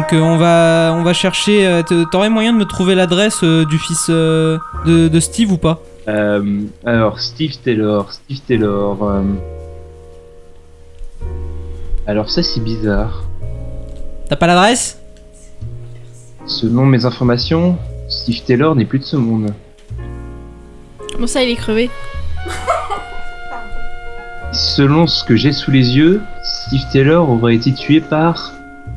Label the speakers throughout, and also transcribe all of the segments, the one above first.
Speaker 1: Donc on va chercher. T'aurais moyen de me trouver l'adresse du fils de Steve ou pas?
Speaker 2: Alors Steve Taylor. Alors ça c'est bizarre.
Speaker 1: T'as pas l'adresse?
Speaker 2: Selon mes informations, Steve Taylor n'est plus de ce monde.
Speaker 3: Bon ça il est crevé.
Speaker 2: Selon ce que j'ai sous les yeux, Steve Taylor aurait été tué par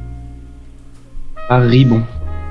Speaker 2: Ribon.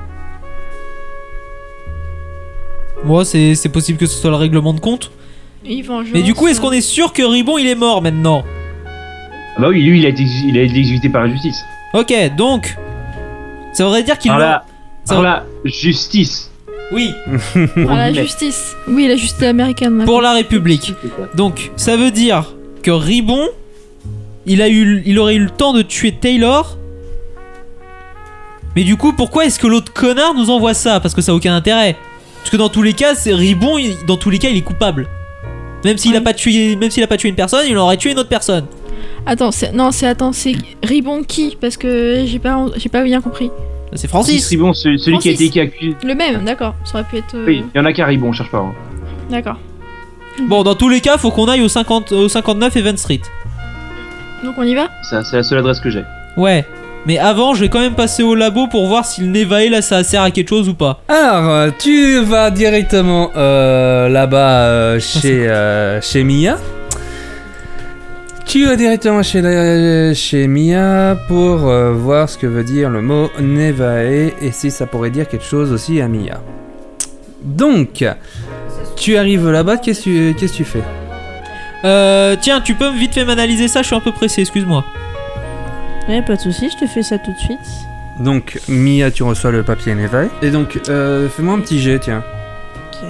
Speaker 1: Moi, c'est possible que ce soit le règlement de compte. Mais du coup, est-ce qu'on est sûr que Ribon il est mort maintenant?
Speaker 2: Ah bah oui, lui il a été exécuté par la justice.
Speaker 1: Ok, donc ça voudrait dire qu'il
Speaker 2: par la justice.
Speaker 1: Oui.
Speaker 3: Par la justice. Oui, la justice américaine.
Speaker 1: Pour la République. Donc, ça veut dire que Ribon, il aurait eu le temps de tuer Taylor. Mais du coup, pourquoi est-ce que l'autre connard nous envoie ça? Parce que ça a aucun intérêt. Parce que dans tous les cas, c'est Ribon, dans tous les cas, il est coupable. Même s'il a pas tué une personne, il aurait tué une autre personne.
Speaker 3: Attends, c'est Ribon qui? Parce que j'ai pas bien compris.
Speaker 1: C'est Francis
Speaker 2: Ribon, celui qui a été accusé.
Speaker 3: Le même, d'accord. Ça aurait pu être.
Speaker 2: Oui, il y en a qu'un Ribon, on cherche pas. Hein.
Speaker 3: D'accord.
Speaker 1: Bon, dans tous les cas, faut qu'on aille au 59 Evans Street.
Speaker 3: Donc on y va?
Speaker 2: C'est la seule adresse que j'ai.
Speaker 1: Ouais. Mais avant, je vais quand même passer au labo pour voir si le Nevaeh là ça sert à quelque chose ou pas.
Speaker 4: Alors, tu vas directement là-bas chez Mia. Tu vas directement chez Mia pour voir ce que veut dire le mot Nevaeh et si ça pourrait dire quelque chose aussi à Mia. Donc, tu arrives là-bas, qu'est-ce que tu fais?
Speaker 1: Tiens, tu peux vite fait m'analyser ça, je suis un peu pressé, excuse-moi.
Speaker 5: Ouais, pas de soucis, je te fais ça tout de suite.
Speaker 4: Donc, Mia, tu reçois le papier Nevaeh. Et donc, fais-moi un petit jet, tiens.
Speaker 5: Ok.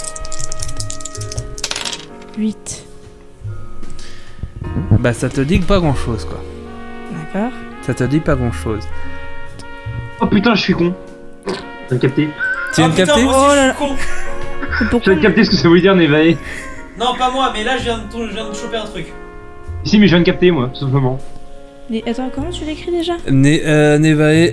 Speaker 5: 8.
Speaker 4: Bah, ça te dit pas grand-chose, quoi.
Speaker 5: D'accord.
Speaker 4: Ça te dit pas grand-chose.
Speaker 2: Oh putain, je suis con. Tu viens de capter?
Speaker 4: Tu viens de capter?
Speaker 1: Oh là là.
Speaker 2: Tu viens de capter ce que ça veut dire Nevaeh?
Speaker 1: Non, pas moi, mais là je viens de choper un truc.
Speaker 2: Si, mais je viens de capter moi, tout simplement.
Speaker 5: Mais attends, comment tu l'écris déjà?
Speaker 4: Nevaeh,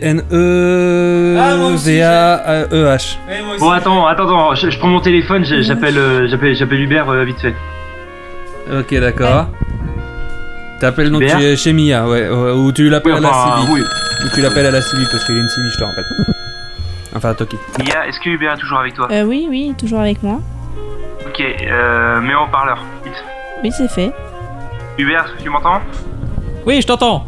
Speaker 4: N-E-V-A-E-H.
Speaker 2: Bon, attends, je prends mon téléphone, j'appelle Hubert vite fait.
Speaker 4: Ok, d'accord.
Speaker 5: Ouais.
Speaker 4: T'appelles donc chez Mia, ouais, ou tu l'appelles à la CB.
Speaker 2: Oui.
Speaker 4: Ou tu l'appelles à la CB parce qu'il y a une CB, je te rappelle. Enfin, à Toki.
Speaker 2: Mia, est-ce que Hubert est toujours avec toi?
Speaker 5: Oui, toujours avec moi.
Speaker 2: Ok, mets en haut-parleur, vite.
Speaker 5: Oui, c'est fait.
Speaker 2: Hubert, tu m'entends?
Speaker 1: Oui, je t'entends.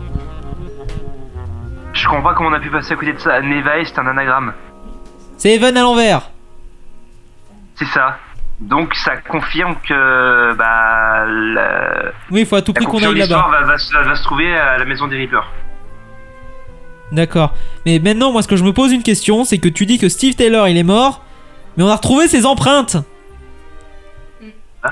Speaker 2: Je comprends pas comment on a pu passer à côté de ça. Nevaeh, c'est un anagramme.
Speaker 1: C'est Evan à l'envers.
Speaker 2: C'est ça. Donc ça confirme que
Speaker 1: Oui, il faut à tout prix qu'on aille là-bas.
Speaker 2: Va se trouver à la maison des Reapers.
Speaker 1: D'accord. Mais maintenant, moi, ce que je me pose une question, c'est que tu dis que Steve Taylor, il est mort, mais on a retrouvé ses empreintes.
Speaker 2: Ah.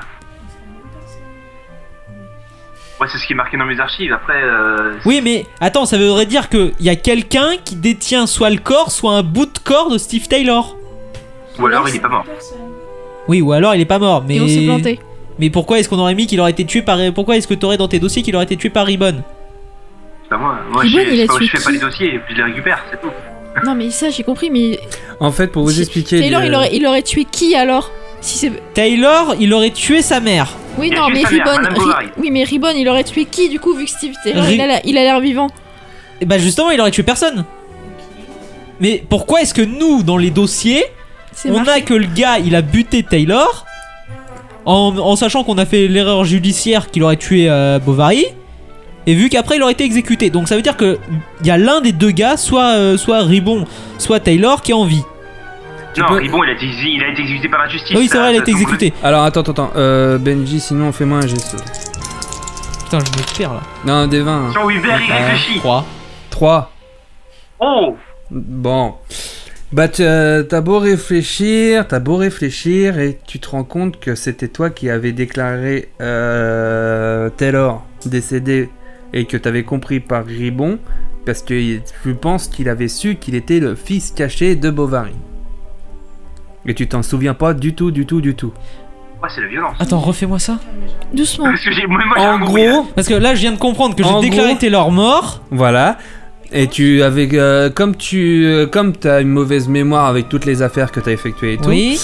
Speaker 2: Ouais, c'est ce qui est marqué dans mes archives. Après.
Speaker 1: Oui, mais attends, ça voudrait dire qu'il y a quelqu'un qui détient soit le corps, soit un bout de corps de Steve Taylor.
Speaker 2: Ou alors il est pas mort.
Speaker 1: Oui, ou alors il est pas mort, mais.
Speaker 3: Et on s'est planté.
Speaker 1: Mais pourquoi est-ce qu'on aurait mis qu'il aurait été tué par. Pourquoi est-ce que t'aurais dans tes dossiers qu'il aurait été tué par Ribbon?
Speaker 2: C'est pas moi. Moi,
Speaker 3: Ribbon,
Speaker 2: je fais pas les dossiers et puis je les récupère, c'est tout.
Speaker 3: Non, mais ça, j'ai compris, mais.
Speaker 4: En fait, pour vous expliquer.
Speaker 3: Taylor, il aurait tué qui alors? Si c'est.
Speaker 1: Taylor, il aurait tué sa mère.
Speaker 3: Oui,
Speaker 2: Il a
Speaker 3: non,
Speaker 2: tué
Speaker 3: mais
Speaker 2: sa mère,
Speaker 3: Ribbon.
Speaker 2: Madame Bovary.
Speaker 3: Oui, mais Ribbon, il aurait tué qui du coup, vu que Steve Taylor,
Speaker 1: Ri-
Speaker 3: il a l'air vivant?
Speaker 1: Et bah, justement, il aurait tué personne. Mais pourquoi est-ce que nous, dans les dossiers, on a que le gars, il a buté Taylor en sachant qu'on a fait l'erreur judiciaire qu'il aurait tué Bovary, et vu qu'après il aurait été exécuté. Donc ça veut dire que il y a l'un des deux gars, soit Ribbon, soit Taylor, qui est en vie.
Speaker 2: Non, Ribbon, il a été exécuté par la justice.
Speaker 1: Oui, c'est vrai, il a été exécuté.
Speaker 4: Alors attends, Benji, sinon fais-moi un geste.
Speaker 1: Putain, je me perds là.
Speaker 4: Non, des 20.
Speaker 2: Jean Hubert, il réfléchit.
Speaker 4: 3.
Speaker 2: Oh.
Speaker 4: Bon. Bah t'as beau réfléchir et tu te rends compte que c'était toi qui avais déclaré Taylor décédé et que t'avais compris par Ribbon parce que tu penses qu'il avait su qu'il était le fils caché de Bovary. Et tu t'en souviens pas du tout.
Speaker 2: Ouais, c'est la violence.
Speaker 1: Attends, refais-moi ça.
Speaker 3: Doucement.
Speaker 2: Parce que moi, j'ai
Speaker 4: En
Speaker 2: un bruit,
Speaker 4: gros,
Speaker 1: Parce que là, je viens de comprendre que j'ai
Speaker 4: En
Speaker 1: déclaré
Speaker 4: gros-
Speaker 1: Taylor mort.
Speaker 4: voilà. Et tu avais, comme t'as une mauvaise mémoire avec toutes les affaires que t'as effectuées et tout,
Speaker 1: Oui.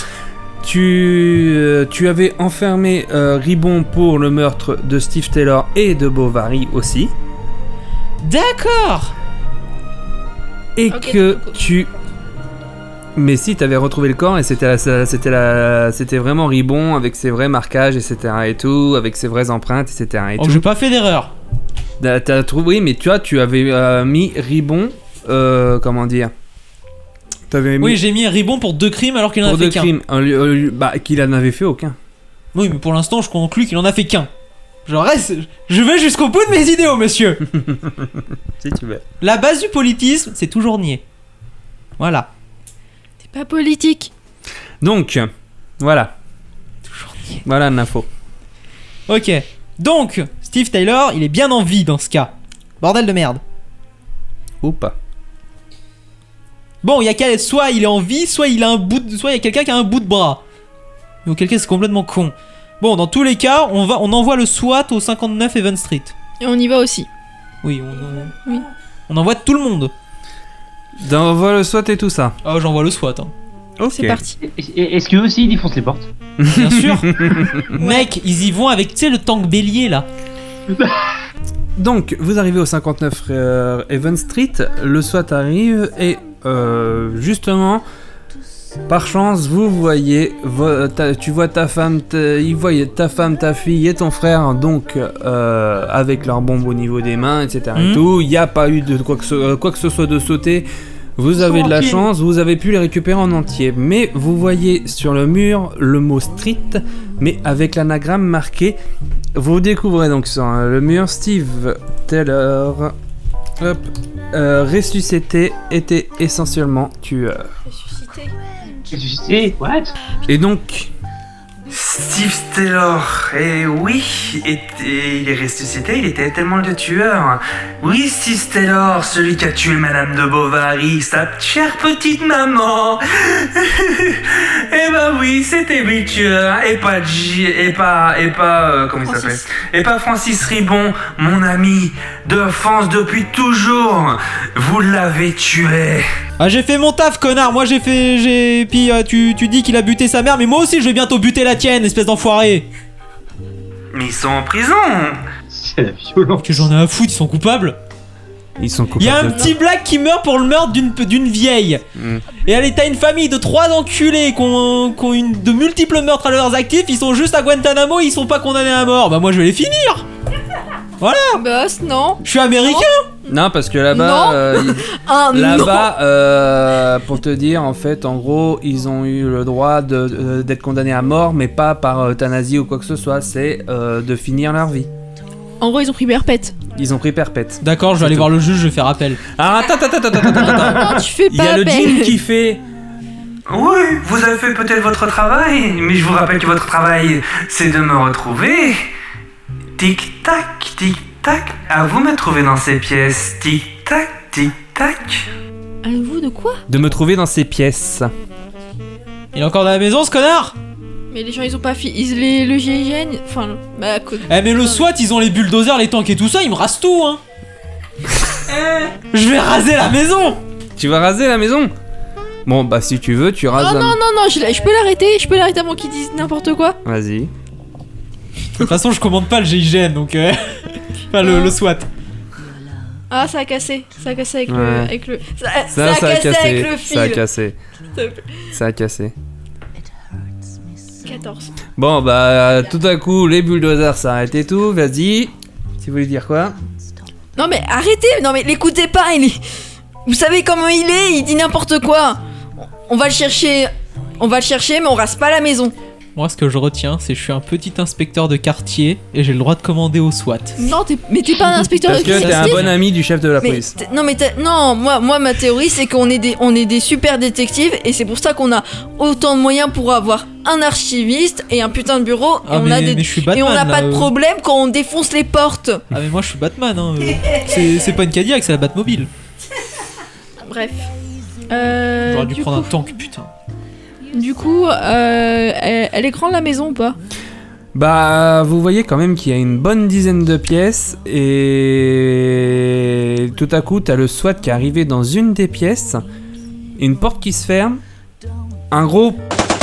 Speaker 4: tu avais enfermé Ribbon pour le meurtre de Steve Taylor et de Bovary aussi,
Speaker 1: D'accord.
Speaker 4: et
Speaker 3: Ok,
Speaker 4: que
Speaker 3: cool.
Speaker 4: mais si t'avais retrouvé le corps et c'était vraiment Ribbon avec ses vrais marquages, etc. et tout, avec ses vraies empreintes, etc. et
Speaker 1: Oh,
Speaker 4: tout.
Speaker 1: j'ai pas fait d'erreur.
Speaker 4: T'as trouvé, oui, mais tu avais mis Ribbon, comment dire, t'avais mis
Speaker 1: Oui, j'ai mis un Ribon pour 2 crimes alors qu'il en a
Speaker 4: pour
Speaker 1: fait
Speaker 4: deux
Speaker 1: qu'un.
Speaker 4: crimes, qu'il en avait fait aucun.
Speaker 1: Oui, mais pour l'instant, je conclus qu'il en a fait qu'un. Je vais jusqu'au bout de mes idéaux, monsieur.
Speaker 4: Si tu veux.
Speaker 1: La base du politisme, c'est toujours nier. Voilà.
Speaker 3: C'est pas politique.
Speaker 4: Donc, voilà.
Speaker 1: Toujours nier.
Speaker 4: Voilà l'info.
Speaker 1: Ok. Donc, Steve Taylor, il est bien en vie dans ce cas. Bordel de merde.
Speaker 4: Ou pas.
Speaker 1: Bon, il y a soit il est en vie, soit il a soit il y a quelqu'un qui a un bout de bras. Mais auquel cas c'est complètement con. Bon, dans tous les cas, on envoie le SWAT au 59 Evans Street.
Speaker 3: Et on y va aussi.
Speaker 1: Oui,
Speaker 3: Oui.
Speaker 1: on envoie tout le monde.
Speaker 4: Dans le SWAT et tout ça.
Speaker 1: Ah, j'envoie le SWAT. Hein.
Speaker 4: Ok.
Speaker 3: C'est parti.
Speaker 2: Est-ce qu'eux aussi ils défoncent les portes?
Speaker 1: Bien sûr. Mec, ils y vont avec, tu sais, le tank bélier là.
Speaker 4: Donc, vous arrivez au 59 Evans Street, le SWAT arrive et justement, par chance, vous voyez, tu vois ta femme, ils voient ta femme, ta fille et ton frère, donc avec leur bombe au niveau des mains, etc. et tout. Il n'y a pas eu de quoi que ce soit de sauter. Vous avez de la chance, vous avez pu les récupérer en entier. Mais vous voyez sur le mur le mot street, mais avec l'anagramme marqué. Vous découvrez donc sur le mur Steve Taylor, hop, ressuscité, était essentiellement tueur.
Speaker 2: Ressuscité? What?
Speaker 4: Et donc, Steve Taylor, et oui, il est ressuscité, il était tellement le tueur. Oui, Steve Taylor, celui qui a tué Madame de Bovary, sa chère petite maman. Eh ben oui, c'était lui le tueur, et pas comment il s'appelle? Et pas Francis Ribon, mon ami d'enfance depuis toujours. Vous l'avez tué.
Speaker 1: Ah, j'ai fait mon taf, connard. Moi, Puis tu dis qu'il a buté sa mère, mais moi aussi, je vais bientôt buter la tienne, espèce d'enfoiré.
Speaker 4: Mais ils sont en prison.
Speaker 2: C'est la violence.
Speaker 1: Que j'en ai à foutre, ils sont coupables.
Speaker 4: Ils sont
Speaker 1: Il y a un
Speaker 4: coupables.
Speaker 1: petit black qui meurt pour le meurtre d'une vieille. Et allez, t'as une famille de 3 enculés qui ont de multiples meurtres à leurs actifs. Ils sont juste à Guantanamo, ils sont pas condamnés à mort. Bah, moi, je vais les finir. Voilà.
Speaker 3: Boss, non.
Speaker 1: Je suis américain.
Speaker 4: Non, parce que là-bas,
Speaker 3: Non.
Speaker 4: là-bas, pour te dire, en fait, en gros, ils ont eu le droit d'être condamnés à mort, mais pas par euthanasie ou quoi que ce soit. C'est de finir leur vie.
Speaker 3: En gros, ils ont pris perpète.
Speaker 4: Ils ont pris perpète.
Speaker 1: D'accord, je vais aller voir le juge, je vais faire appel.
Speaker 4: Alors attends.
Speaker 3: Non, tu fais
Speaker 4: Il y
Speaker 3: pas
Speaker 4: a le
Speaker 3: appel.
Speaker 4: djinn qui fait. Oui, vous avez fait peut-être votre travail, mais je vous rappelle que votre travail, c'est de me retrouver. Tic-tac, tic-tac. À vous me trouver dans ces pièces. Tic-tac, tic-tac.
Speaker 3: À vous de quoi?
Speaker 4: De me trouver dans ces pièces.
Speaker 1: Il est encore dans la maison, ce connard.
Speaker 3: Mais les gens, ils ont pas le GIGN. Enfin, bah.
Speaker 1: Eh, mais le SWAT, ils ont les bulldozers, les tanks et tout ça, ils me rasent tout, hein. Je vais raser la maison.
Speaker 4: Tu vas raser la maison? Bon, bah si tu veux, tu rases
Speaker 3: Non, je peux l'arrêter avant qu'il dise n'importe quoi.
Speaker 4: Vas-y.
Speaker 1: De toute façon, je commande pas le GIGN, donc enfin le SWAT.
Speaker 3: Ah, ça a cassé. Ça a cassé avec
Speaker 4: Ouais.
Speaker 3: le.
Speaker 4: Ça
Speaker 3: a cassé avec le fil.
Speaker 4: Ça a cassé.
Speaker 3: S'il te plaît.
Speaker 4: Ça a cassé.
Speaker 3: 14.
Speaker 4: Bon, bah, tout à coup, les bulldozers s'arrêtent et tout. Vas-y. Tu voulais dire quoi?
Speaker 3: Non, mais arrêtez. Non, mais l'écoutez pas. Vous savez comment il est. Il dit n'importe quoi. On va le chercher. Mais on rase pas la maison.
Speaker 1: Moi, ce que je retiens, c'est que je suis un petit inspecteur de quartier et j'ai le droit de commander au SWAT.
Speaker 3: Non, t'es pas un inspecteur
Speaker 4: Parce
Speaker 3: de
Speaker 4: que t'es un
Speaker 3: police.
Speaker 4: bon ami du chef de la police.
Speaker 3: Non, moi ma théorie c'est qu'on est des super détectives et c'est pour ça qu'on a autant de moyens pour avoir un archiviste et un putain de bureau et
Speaker 1: Ah, mais je suis Batman,
Speaker 3: et on n'a
Speaker 1: là,
Speaker 3: pas de problème quand on défonce les portes.
Speaker 1: Ah, mais moi, je suis Batman, hein. C'est pas une Cadillac, c'est la Batmobile.
Speaker 3: Bref.
Speaker 1: J'aurais dû
Speaker 3: Du
Speaker 1: prendre
Speaker 3: coup,
Speaker 1: un tank, putain.
Speaker 3: elle est grande la maison ou pas?
Speaker 4: Bah, vous voyez quand même qu'il y a une bonne dizaine de pièces et tout à coup, t'as le SWAT qui est arrivé dans une des pièces, une porte qui se ferme, un gros...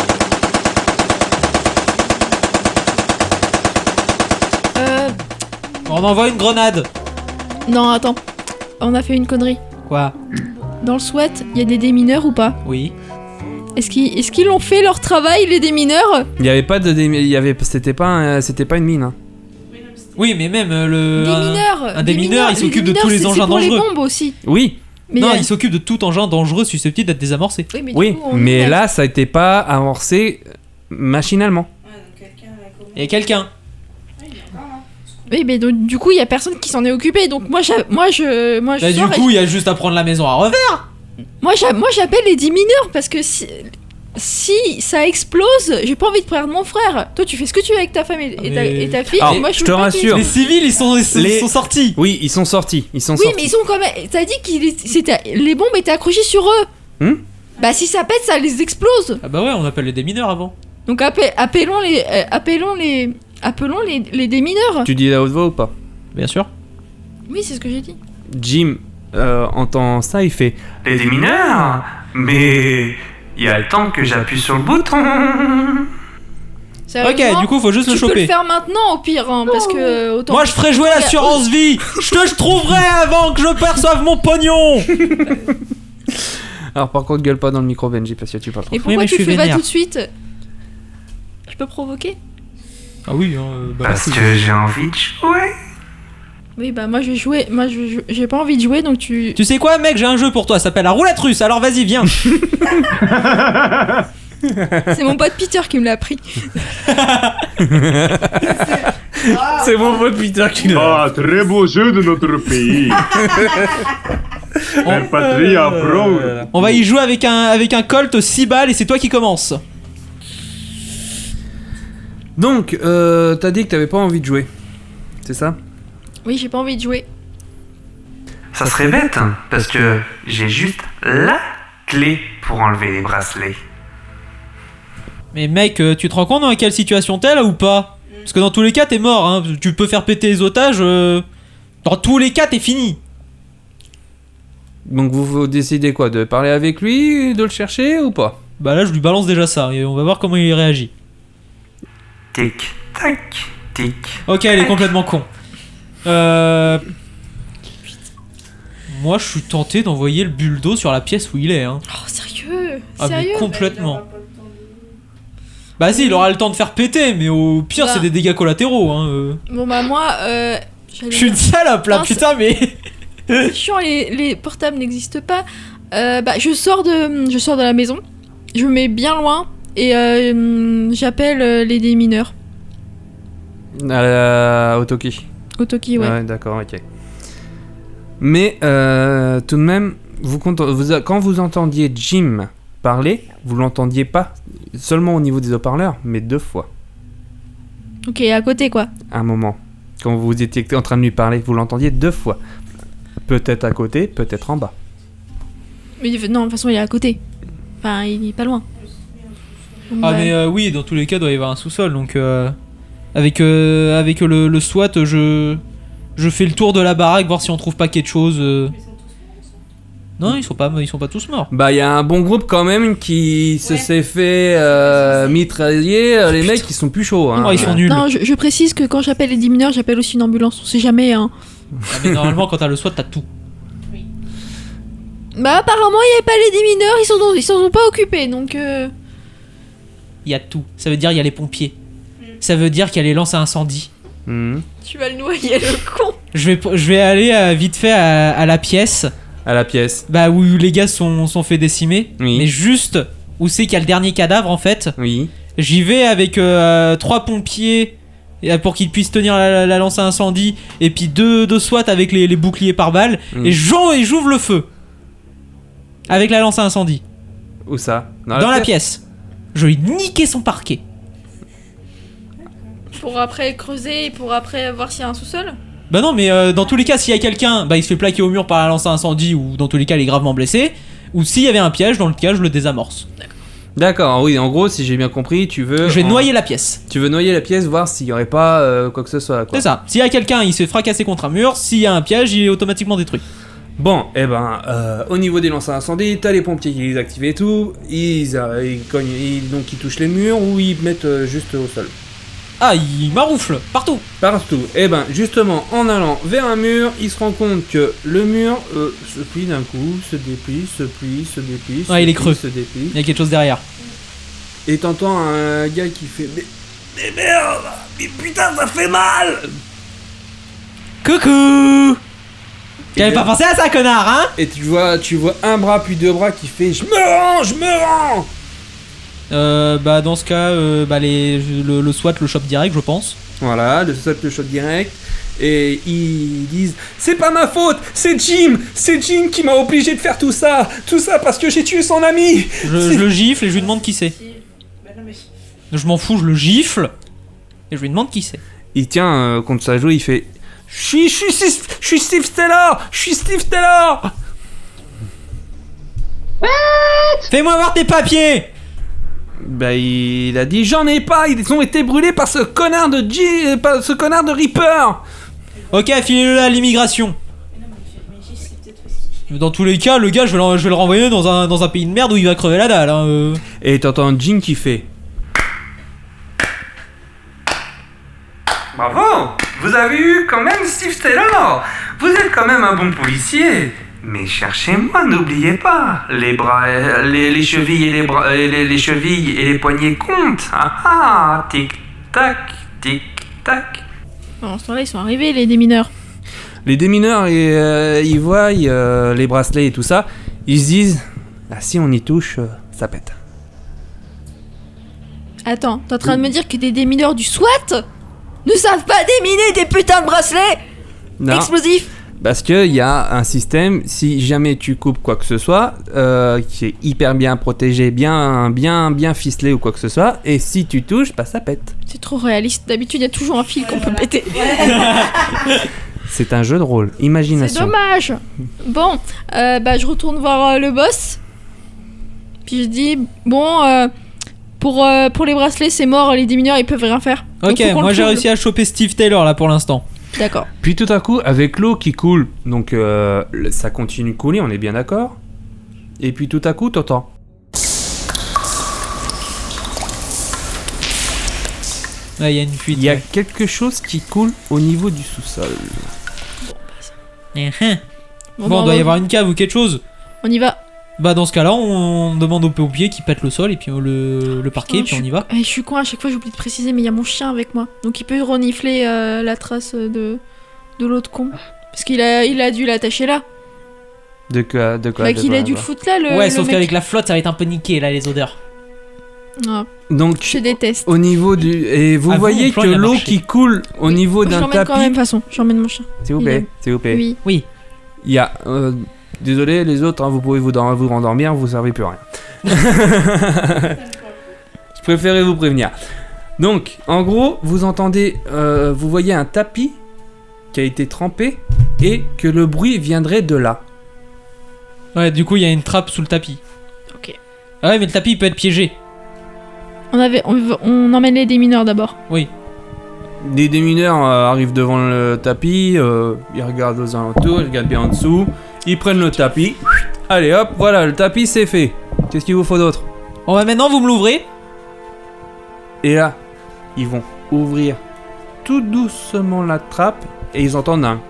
Speaker 1: On envoie une grenade.
Speaker 3: Non, attends. On a fait une connerie.
Speaker 1: Quoi?
Speaker 3: Dans le SWAT, il y a des démineurs ou pas?
Speaker 1: Oui.
Speaker 3: Est-ce qu'ils ont fait leur travail, les démineurs?
Speaker 4: Il y avait pas de... C'était pas une mine, hein.
Speaker 1: Oui, mais même le...
Speaker 3: Démineurs.
Speaker 1: Un démineur, il s'occupe de tous les engins dangereux.
Speaker 3: C'est pour les bombes aussi.
Speaker 4: Oui,
Speaker 3: Mais
Speaker 1: non, il s'occupe de tout engin dangereux susceptible d'être désamorcé.
Speaker 4: oui, mais là, ça a été pas amorcé machinalement.
Speaker 1: Il y a quelqu'un.
Speaker 3: Oui, mais donc, du coup, il y a personne qui s'en est occupé. Donc moi, je
Speaker 1: Bah, du
Speaker 3: sors
Speaker 1: coup, il y a juste à prendre la maison à revers.
Speaker 3: moi, j'appelle les démineurs parce que si ça explose, j'ai pas envie de perdre mon frère. Toi, tu fais ce que tu veux avec ta femme et ta fille.
Speaker 4: Alors,
Speaker 3: et moi,
Speaker 4: je
Speaker 3: veux
Speaker 4: te
Speaker 3: pas
Speaker 4: rassure.
Speaker 1: Les civils, ils sont sortis.
Speaker 4: Oui, ils sont sortis.
Speaker 3: Oui, mais ils sont quand même. T'as dit les bombes étaient accrochées sur eux. Bah, si ça pète, ça les explose.
Speaker 1: Ah bah ouais, on appelle les démineurs avant.
Speaker 3: Donc appelons les démineurs.
Speaker 4: Tu dis la haute voix ou pas?
Speaker 1: Bien sûr.
Speaker 3: Oui, c'est ce que j'ai dit.
Speaker 4: Jim entend ça, il fait... Les démineurs? Mais... Il y a le temps que j'appuie sur le bouton.
Speaker 3: Sérieusement,
Speaker 1: Ok, du coup, faut juste le
Speaker 3: tu peux
Speaker 1: choper.
Speaker 3: le faire maintenant au pire, hein, parce que autant.
Speaker 1: Moi, je ferai jouer l'assurance vie. Je te trouverai avant que je perçoive mon pognon.
Speaker 4: Alors par contre, gueule pas dans le micro, Benji, parce que tu parles trop.
Speaker 3: Et pourquoi
Speaker 1: mais je
Speaker 3: tu le
Speaker 1: suis
Speaker 3: fais pas
Speaker 1: vénère.
Speaker 3: tout de suite? Je peux provoquer?
Speaker 1: Ah oui,
Speaker 6: Parce que j'ai envie de jouer.
Speaker 3: Oui, bah moi je vais jouer. Moi j'ai pas envie de jouer, donc tu.
Speaker 1: Tu sais quoi, mec, j'ai un jeu pour toi, ça s'appelle la roulette russe. Alors vas-y, viens.
Speaker 3: C'est mon pote Peter qui me l'a appris.
Speaker 4: C'est mon pote Peter qui l'a...
Speaker 7: Ah, très beau jeu de notre pays. Un patria pro.
Speaker 1: On va y jouer avec un Colt 6 balles et c'est toi qui commence.
Speaker 4: Donc, t'as dit que t'avais pas envie de jouer. C'est ça?
Speaker 3: Oui, j'ai pas envie de jouer.
Speaker 6: Ça serait bête, hein, parce que j'ai juste la clé pour enlever les bracelets.
Speaker 1: Mais mec, tu te rends compte dans quelle situation t'es là ou pas? Parce que dans tous les cas, t'es mort, hein. Tu peux faire péter les otages. Dans tous les cas, t'es fini.
Speaker 4: Donc vous décidez quoi? De parler avec lui, de le chercher ou pas?
Speaker 1: Bah là, je lui balance déjà ça et on va voir comment il réagit.
Speaker 6: Tic, tac, tic.
Speaker 1: Ok, il est complètement con. Moi, je suis tenté d'envoyer le bulldo sur la pièce où il est, hein.
Speaker 3: Oh, sérieux?
Speaker 1: Ah, mais
Speaker 3: Sérieux?
Speaker 1: complètement. Bah si, il aura le temps de faire péter, mais au pire,
Speaker 3: Bah.
Speaker 1: c'est des dégâts collatéraux, hein.
Speaker 3: Bon, bah moi,
Speaker 1: Je suis une salope là,
Speaker 3: Non,
Speaker 1: putain, mais...
Speaker 3: c'est chiant, les portables n'existent pas. Bah, je sors de la maison, je me mets bien loin et j'appelle les démineurs.
Speaker 4: À la Otoki.
Speaker 3: Au Toki, ouais.
Speaker 4: Ouais, d'accord, ok. Mais tout de même, quand vous entendiez Jim parler, vous l'entendiez pas seulement au niveau des haut-parleurs, mais 2 fois.
Speaker 3: Ok, à côté quoi.
Speaker 4: À un moment. Quand vous étiez en train de lui parler, vous l'entendiez 2 fois. Peut-être à côté, peut-être en bas.
Speaker 3: Mais non, de toute façon, il est à côté. Enfin, il est pas loin. Donc,
Speaker 1: Ah
Speaker 3: bah,
Speaker 1: mais oui, dans tous les cas, il doit y avoir un sous-sol, donc... Avec le SWAT, je fais le tour de la baraque, voir si on trouve pas quelque chose... Non, ils sont pas tous morts.
Speaker 4: Bah, il y a un bon groupe quand même qui s'est fait mitrailler. Les mecs, ils sont plus chauds. Hein.
Speaker 1: Oh, ils sont nuls.
Speaker 3: Non, je précise que quand j'appelle les démineurs, j'appelle aussi une ambulance. On sait jamais, hein.
Speaker 1: Ah, mais normalement, quand t'as le SWAT, t'as tout.
Speaker 3: Bah, apparemment, il y avait pas les démineurs, ils s'en sont pas occupés, donc.
Speaker 1: Il y a tout. Ça veut dire il y a les pompiers. Ça veut dire qu'il y a les lances à incendie.
Speaker 4: Mhm.
Speaker 3: Tu vas le noyer, le con.
Speaker 1: Je vais aller vite fait à la pièce.
Speaker 4: À la pièce.
Speaker 1: Bah où les gars sont fait décimer.
Speaker 4: Oui.
Speaker 1: Mais juste où c'est qu'il y a le dernier cadavre en fait.
Speaker 4: Oui.
Speaker 1: J'y vais avec 3 pompiers pour qu'ils puissent tenir la lance à incendie. Et puis 2 SWAT avec les boucliers par balles.
Speaker 4: Oui.
Speaker 1: Et j'ouvre le feu. Avec la lance à incendie.
Speaker 4: Où ça?
Speaker 1: Dans la pièce. Je lui niquer son parquet.
Speaker 3: Pour après creuser, pour après voir s'il y a un sous-sol.
Speaker 1: Bah non, mais dans tous les cas, s'il y a quelqu'un, bah il se fait plaquer au mur par la lance à incendie, ou dans tous les cas, il est gravement blessé. Ou s'il y avait un piège, dans le cas, je le désamorce.
Speaker 4: D'accord, oui, en gros, si j'ai bien compris, tu veux...
Speaker 1: Je vais noyer la pièce.
Speaker 4: Tu veux noyer la pièce, voir s'il y aurait pas quoi que ce soit, quoi.
Speaker 1: C'est ça. S'il y a quelqu'un, il se fait fracasser contre un mur. S'il y a un piège, il est automatiquement détruit.
Speaker 4: Bon, au niveau des lanceurs d'incendie, t'as les pompiers qui les activent et tout. Ils cognent, donc ils touchent les murs ou ils mettent juste au sol.
Speaker 1: Ah, il maroufle partout.
Speaker 4: Partout. Justement, en allant vers un mur, il se rend compte que le mur se plie d'un coup, se déplie, se plie, se déplie.
Speaker 1: Ouais, il est creux.
Speaker 4: Se déplie.
Speaker 1: Il y a quelque chose derrière.
Speaker 4: Et t'entends un gars qui fait mais merde, mais putain, ça fait mal.
Speaker 1: Coucou. J'avais pas pensé à ça, connard, hein.
Speaker 4: Et tu vois un bras puis deux bras qui fait je me rends.
Speaker 1: Bah dans ce cas, le SWAT le chope direct, je pense.
Speaker 4: Voilà, le SWAT le chope direct. Et ils disent c'est pas ma faute, c'est Jim qui m'a obligé de faire tout ça parce que j'ai tué son ami.
Speaker 1: Je le gifle et je lui demande qui c'est. Je m'en fous, je le gifle et je lui demande qui c'est.
Speaker 4: Il tient contre sa joue, il fait je suis Steve Taylor.
Speaker 1: Fais-moi voir tes papiers.
Speaker 4: Bah il a dit j'en ai pas, ils ont été brûlés par ce connard de Reaper.
Speaker 1: Ok, filez-le à l'immigration. Dans tous les cas, le gars, je vais le renvoyer dans un pays de merde où il va crever la dalle. Hein.
Speaker 4: Et t'entends Jim qui fait
Speaker 6: Bravo! Vous avez eu quand même Steve Taylor! Vous êtes quand même un bon policier! Mais cherchez-moi, n'oubliez pas! Les bras, les chevilles et les bras, les chevilles et les poignets comptent! Ah ah! Tic-tac, tic-tac!
Speaker 5: En ce temps-là, ils sont arrivés, les démineurs.
Speaker 4: Les démineurs, ils voient les bracelets et tout ça, ils se disent ah, si on y touche, ça pète.
Speaker 5: Attends, t'es en train de me dire que des démineurs du SWAT
Speaker 3: Ne savent pas déminer des putains de bracelets
Speaker 4: Non,
Speaker 3: explosifs.
Speaker 4: parce qu'il y a un système, si jamais tu coupes quoi que ce soit, qui est hyper bien protégé, bien ficelé ou quoi que ce soit, et si tu touches, bah ça pète.
Speaker 5: C'est trop réaliste. D'habitude, il y a toujours un fil qu'on peut péter.
Speaker 4: C'est un jeu de rôle,
Speaker 5: C'est
Speaker 4: imagination.
Speaker 5: dommage. Bon, je retourne voir le boss. Puis je dis, bon, pour les bracelets, c'est mort, les démineurs, ils peuvent rien faire. Donc,
Speaker 1: Ok,
Speaker 5: faut qu'on
Speaker 1: moi
Speaker 5: le
Speaker 1: j'ai
Speaker 5: trouve.
Speaker 1: réussi à choper Steve Taylor là pour l'instant.
Speaker 5: D'accord.
Speaker 4: Puis tout à coup, avec l'eau qui coule, donc ça continue de couler, on est bien d'accord. Et puis tout à coup, t'entends.
Speaker 1: Ouais, il y a une fuite.
Speaker 4: Il y a
Speaker 1: ouais.
Speaker 4: quelque chose qui coule au niveau du sous-sol.
Speaker 1: Bon, doit y avoir une cave ou quelque chose.
Speaker 5: On y va.
Speaker 1: Bah dans ce cas-là, on demande aux pompiers qui pètent le sol et puis le parquet,
Speaker 5: Putain,
Speaker 1: puis on y va.
Speaker 5: Je suis con, à chaque fois j'oublie de préciser, mais il y a mon chien avec moi. Donc il peut renifler la trace de l'autre con. Parce qu'il a dû l'attacher là.
Speaker 4: De quoi
Speaker 5: Bah qu'il a dû le foutre là,
Speaker 1: Ouais,
Speaker 5: le
Speaker 1: sauf
Speaker 5: mec.
Speaker 1: qu'avec la flotte, ça va être un peu niqué là, les odeurs.
Speaker 5: Ah,
Speaker 4: Donc,
Speaker 5: je déteste.
Speaker 4: au niveau du... Et vous
Speaker 1: Ah, vous,
Speaker 4: voyez
Speaker 1: mon plan,
Speaker 4: que
Speaker 1: il a
Speaker 4: l'eau
Speaker 1: marché.
Speaker 4: qui coule au niveau
Speaker 5: Je
Speaker 4: d'un
Speaker 5: l'emmène quand même, de
Speaker 4: tapis...
Speaker 5: toute façon. J'emmène mon chien.
Speaker 4: S'il vous
Speaker 5: Il
Speaker 4: plaît,
Speaker 5: aime.
Speaker 4: s'il vous plaît.
Speaker 5: Oui.
Speaker 1: Oui.
Speaker 4: Il y a... désolé les autres, hein, vous pouvez vous rendormir, vous servez plus à rien. Je préférais vous prévenir. Donc, en gros, vous entendez... vous voyez un tapis qui a été trempé et que le bruit viendrait de là.
Speaker 1: Ouais, du coup, il y a une trappe sous le tapis.
Speaker 5: Ok.
Speaker 1: Ah ouais, mais le tapis il peut être piégé.
Speaker 5: On emmène les démineurs d'abord.
Speaker 1: Oui.
Speaker 4: Des démineurs arrivent devant le tapis, ils regardent aux alentours, ils regardent bien en dessous, ils prennent le tapis. Allez hop, voilà, le tapis c'est fait. Qu'est-ce qu'il vous faut d'autre?
Speaker 1: Bon bah maintenant, vous me l'ouvrez.
Speaker 4: Et là, ils vont ouvrir tout doucement la trappe et ils entendent un...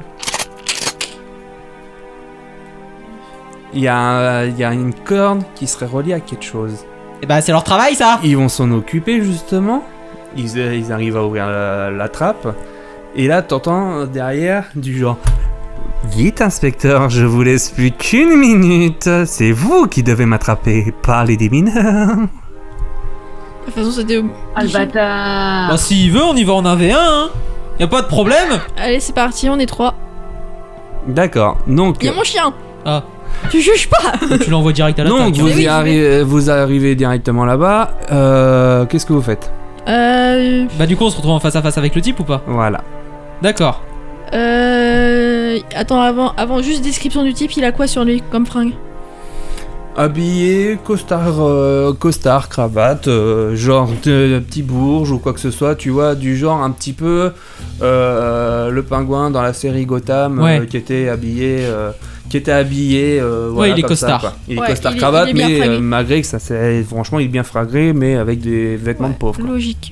Speaker 4: Il y a une corde qui serait reliée à quelque chose.
Speaker 1: Et bah c'est leur travail ça.
Speaker 4: Ils vont s'en occuper justement. Ils arrivent à ouvrir la trappe. Et là, t'entends derrière du genre... Vite, inspecteur, je vous laisse plus qu'une minute. C'est vous qui devez m'attraper, pas les démineurs.
Speaker 5: De toute façon, c'était.
Speaker 3: Ah le bâtard.
Speaker 1: Bah s'il veut, on y va en AV1 hein. Y a pas de problème.
Speaker 5: Allez, c'est parti, on est 3.
Speaker 4: D'accord, donc...
Speaker 5: Il y a mon chien.
Speaker 1: Ah.
Speaker 5: Tu juges pas.
Speaker 1: Tu l'envoies direct à l'attaque.
Speaker 4: Donc,
Speaker 1: hein.
Speaker 4: vous,
Speaker 5: Oui,
Speaker 4: vous arrivez directement là-bas. Qu'est-ce que vous faites?
Speaker 1: Bah du coup, on se retrouve en face à face avec le type ou pas?
Speaker 4: Voilà.
Speaker 1: D'accord.
Speaker 5: Attends, avant, juste description du type, il a quoi sur lui comme fringue?
Speaker 4: habillé, costard, cravate, genre de petit bourge ou quoi que ce soit, tu vois, du genre un petit peu le pingouin dans la série Gotham qui était habillé. Voilà,
Speaker 1: il est
Speaker 4: comme
Speaker 1: costard.
Speaker 4: Ça, quoi. Il est costard cravate, mais malgré que ça, franchement, il est bien fragré, mais avec des vêtements de pauvre. Quoi.
Speaker 5: Logique.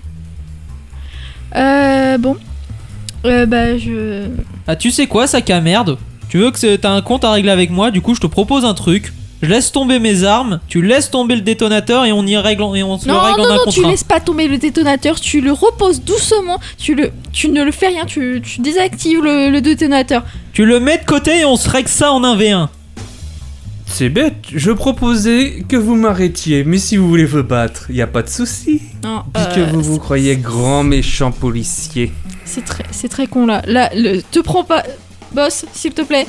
Speaker 5: Bon. Je.
Speaker 1: Ah, tu sais quoi, sac à merde? Tu veux que t'as un compte à régler avec moi? Du coup, je te propose un truc. Je laisse tomber mes armes, tu laisses tomber le détonateur et on y règle, et on se le règle en un contrat.
Speaker 5: Non, tu laisses pas tomber le détonateur, tu le reposes doucement, tu ne le fais rien, tu désactives le détonateur.
Speaker 1: Tu le mets de côté et on se règle ça en 1v1.
Speaker 4: C'est bête, je proposais que vous m'arrêtiez, mais si vous voulez vous battre, y a pas de souci.
Speaker 5: Non,
Speaker 4: puisque vous croyez grand méchant policier.
Speaker 5: C'est très con là. Te prends pas, boss, s'il te plaît.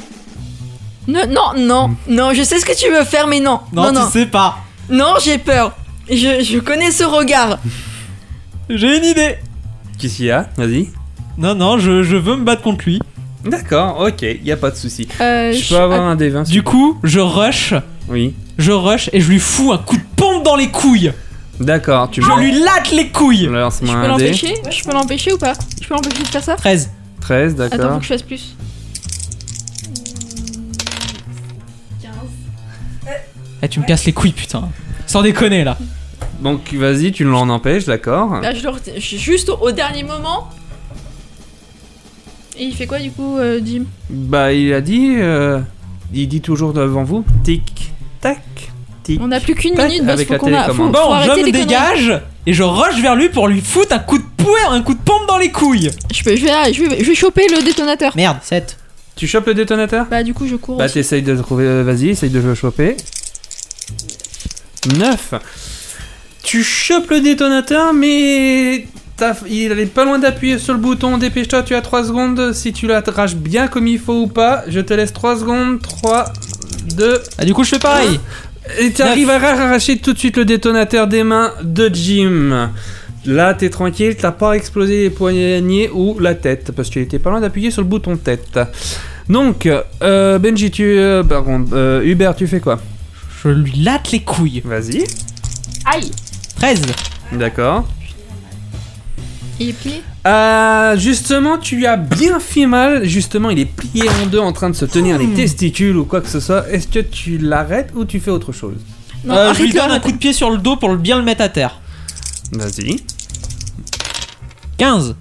Speaker 3: Non, je sais ce que tu veux faire, mais non.
Speaker 1: Non, tu sais pas.
Speaker 3: Non, j'ai peur. Je connais ce regard.
Speaker 1: J'ai une idée.
Speaker 4: Qu'est-ce qu'il y a? Vas-y.
Speaker 1: Non, je veux me battre contre lui.
Speaker 4: D'accord, ok, y a pas de souci. Je peux avoir un D20.
Speaker 1: Du coup, je rush.
Speaker 4: Oui.
Speaker 1: Je rush et je lui fous un coup de pompe dans les couilles.
Speaker 4: D'accord,
Speaker 1: je lui latte les couilles.
Speaker 5: Je peux l'empêcher ou pas? Je peux l'empêcher de faire ça?
Speaker 1: 13,
Speaker 4: d'accord.
Speaker 5: Attends, faut que je fasse plus.
Speaker 1: Tu me casses les couilles, putain. Sans déconner, là.
Speaker 4: Donc, vas-y, tu l'en empêches, d'accord.
Speaker 5: Je suis juste au dernier moment. Et il fait quoi, du coup, Jim?
Speaker 4: Il a dit... il dit toujours devant vous, tic, tac, tic.
Speaker 5: On a plus qu'une minute, boss, faut qu'on
Speaker 1: Bon, je me dégage et je rush vers lui pour lui foutre un coup de pompe dans les couilles.
Speaker 5: Je vais choper le détonateur.
Speaker 1: Merde, 7.
Speaker 4: Tu chopes le détonateur?
Speaker 5: Du coup, je cours.
Speaker 4: T'essayes de trouver... Vas-y, essaye de le choper. 9. Tu chopes le détonateur, mais... il est pas loin d'appuyer sur le bouton. Dépêche-toi, tu as 3 secondes. Si tu l'attraches bien comme il faut ou pas. Je te laisse 3 secondes. 3, 2...
Speaker 1: Du coup, je fais pareil.
Speaker 4: Et tu arrives à arracher tout de suite le détonateur des mains de Jim. Là, t'es tranquille, t'as pas explosé les poignets ou la tête, parce qu'il était pas loin d'appuyer sur le bouton tête. Donc, Benji, Hubert, tu fais quoi?
Speaker 1: Je lui latte les couilles.
Speaker 4: Vas-y.
Speaker 5: Aïe.
Speaker 1: 13.
Speaker 4: D'accord.
Speaker 5: Il est plié?
Speaker 4: Justement, tu lui as bien fait mal. Justement, il est plié en deux en train de se tenir les testicules ou quoi que ce soit. Est-ce que tu l'arrêtes ou tu fais autre chose?
Speaker 1: Non, je lui donne un coup de pied sur le dos pour bien le mettre à terre.
Speaker 4: Vas-y.
Speaker 1: 15.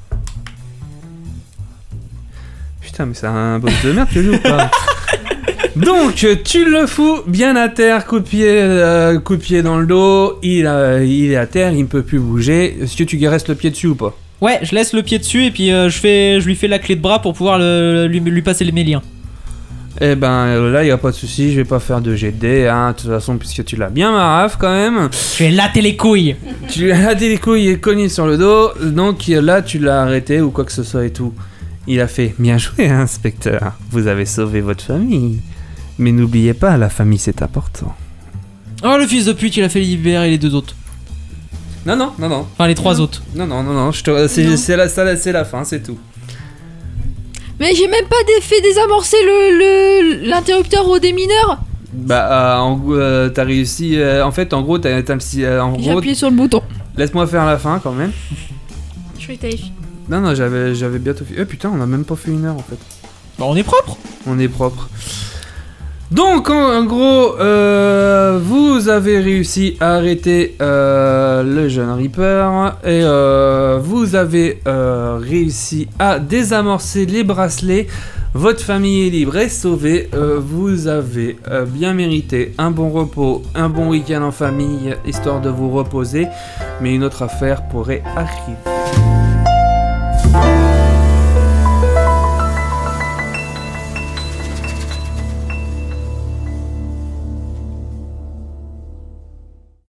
Speaker 4: Putain, mais c'est un boss de merde que je joue ou pas? Donc, tu le fous bien à terre, coup de pied dans le dos, il est à terre, il ne peut plus bouger. Est-ce que tu restes le pied dessus ou pas?
Speaker 1: Ouais, je laisse le pied dessus et puis je lui fais la clé de bras pour pouvoir lui passer mes liens.
Speaker 4: Eh ben là, il n'y a pas de souci, je vais pas faire de jet de dés, hein, de toute façon, puisque tu l'as bien marave quand même.
Speaker 1: Je vais latter les couilles.
Speaker 4: Tu lui as laté les couilles et cogné sur le dos, donc là, tu l'as arrêté ou quoi que ce soit et tout. Il a fait, bien joué, inspecteur, vous avez sauvé votre famille. Mais n'oubliez pas, la famille c'est important.
Speaker 1: Oh, le fils de pute, il a fait libérer les 2 autres.
Speaker 4: Non.
Speaker 1: Enfin, les 3 autres.
Speaker 4: Non, c'est la fin, c'est tout.
Speaker 5: Mais j'ai même pas fait désamorcer l'interrupteur au démineur.
Speaker 4: T'as réussi. En fait, en gros, j'ai
Speaker 5: appuyé sur le bouton.
Speaker 4: Laisse-moi faire la fin quand même.
Speaker 5: Je vais t'aller.
Speaker 4: Non, j'avais bientôt fait. Putain, on a même pas fait 1 heure en fait.
Speaker 1: On est propre.
Speaker 4: On est propre. Donc en gros, vous avez réussi à arrêter le jeune Reaper et vous avez réussi à désamorcer les bracelets. Votre famille est libre et sauvée. Vous avez bien mérité un bon repos, un bon week-end en famille, histoire de vous reposer. Mais une autre affaire pourrait arriver.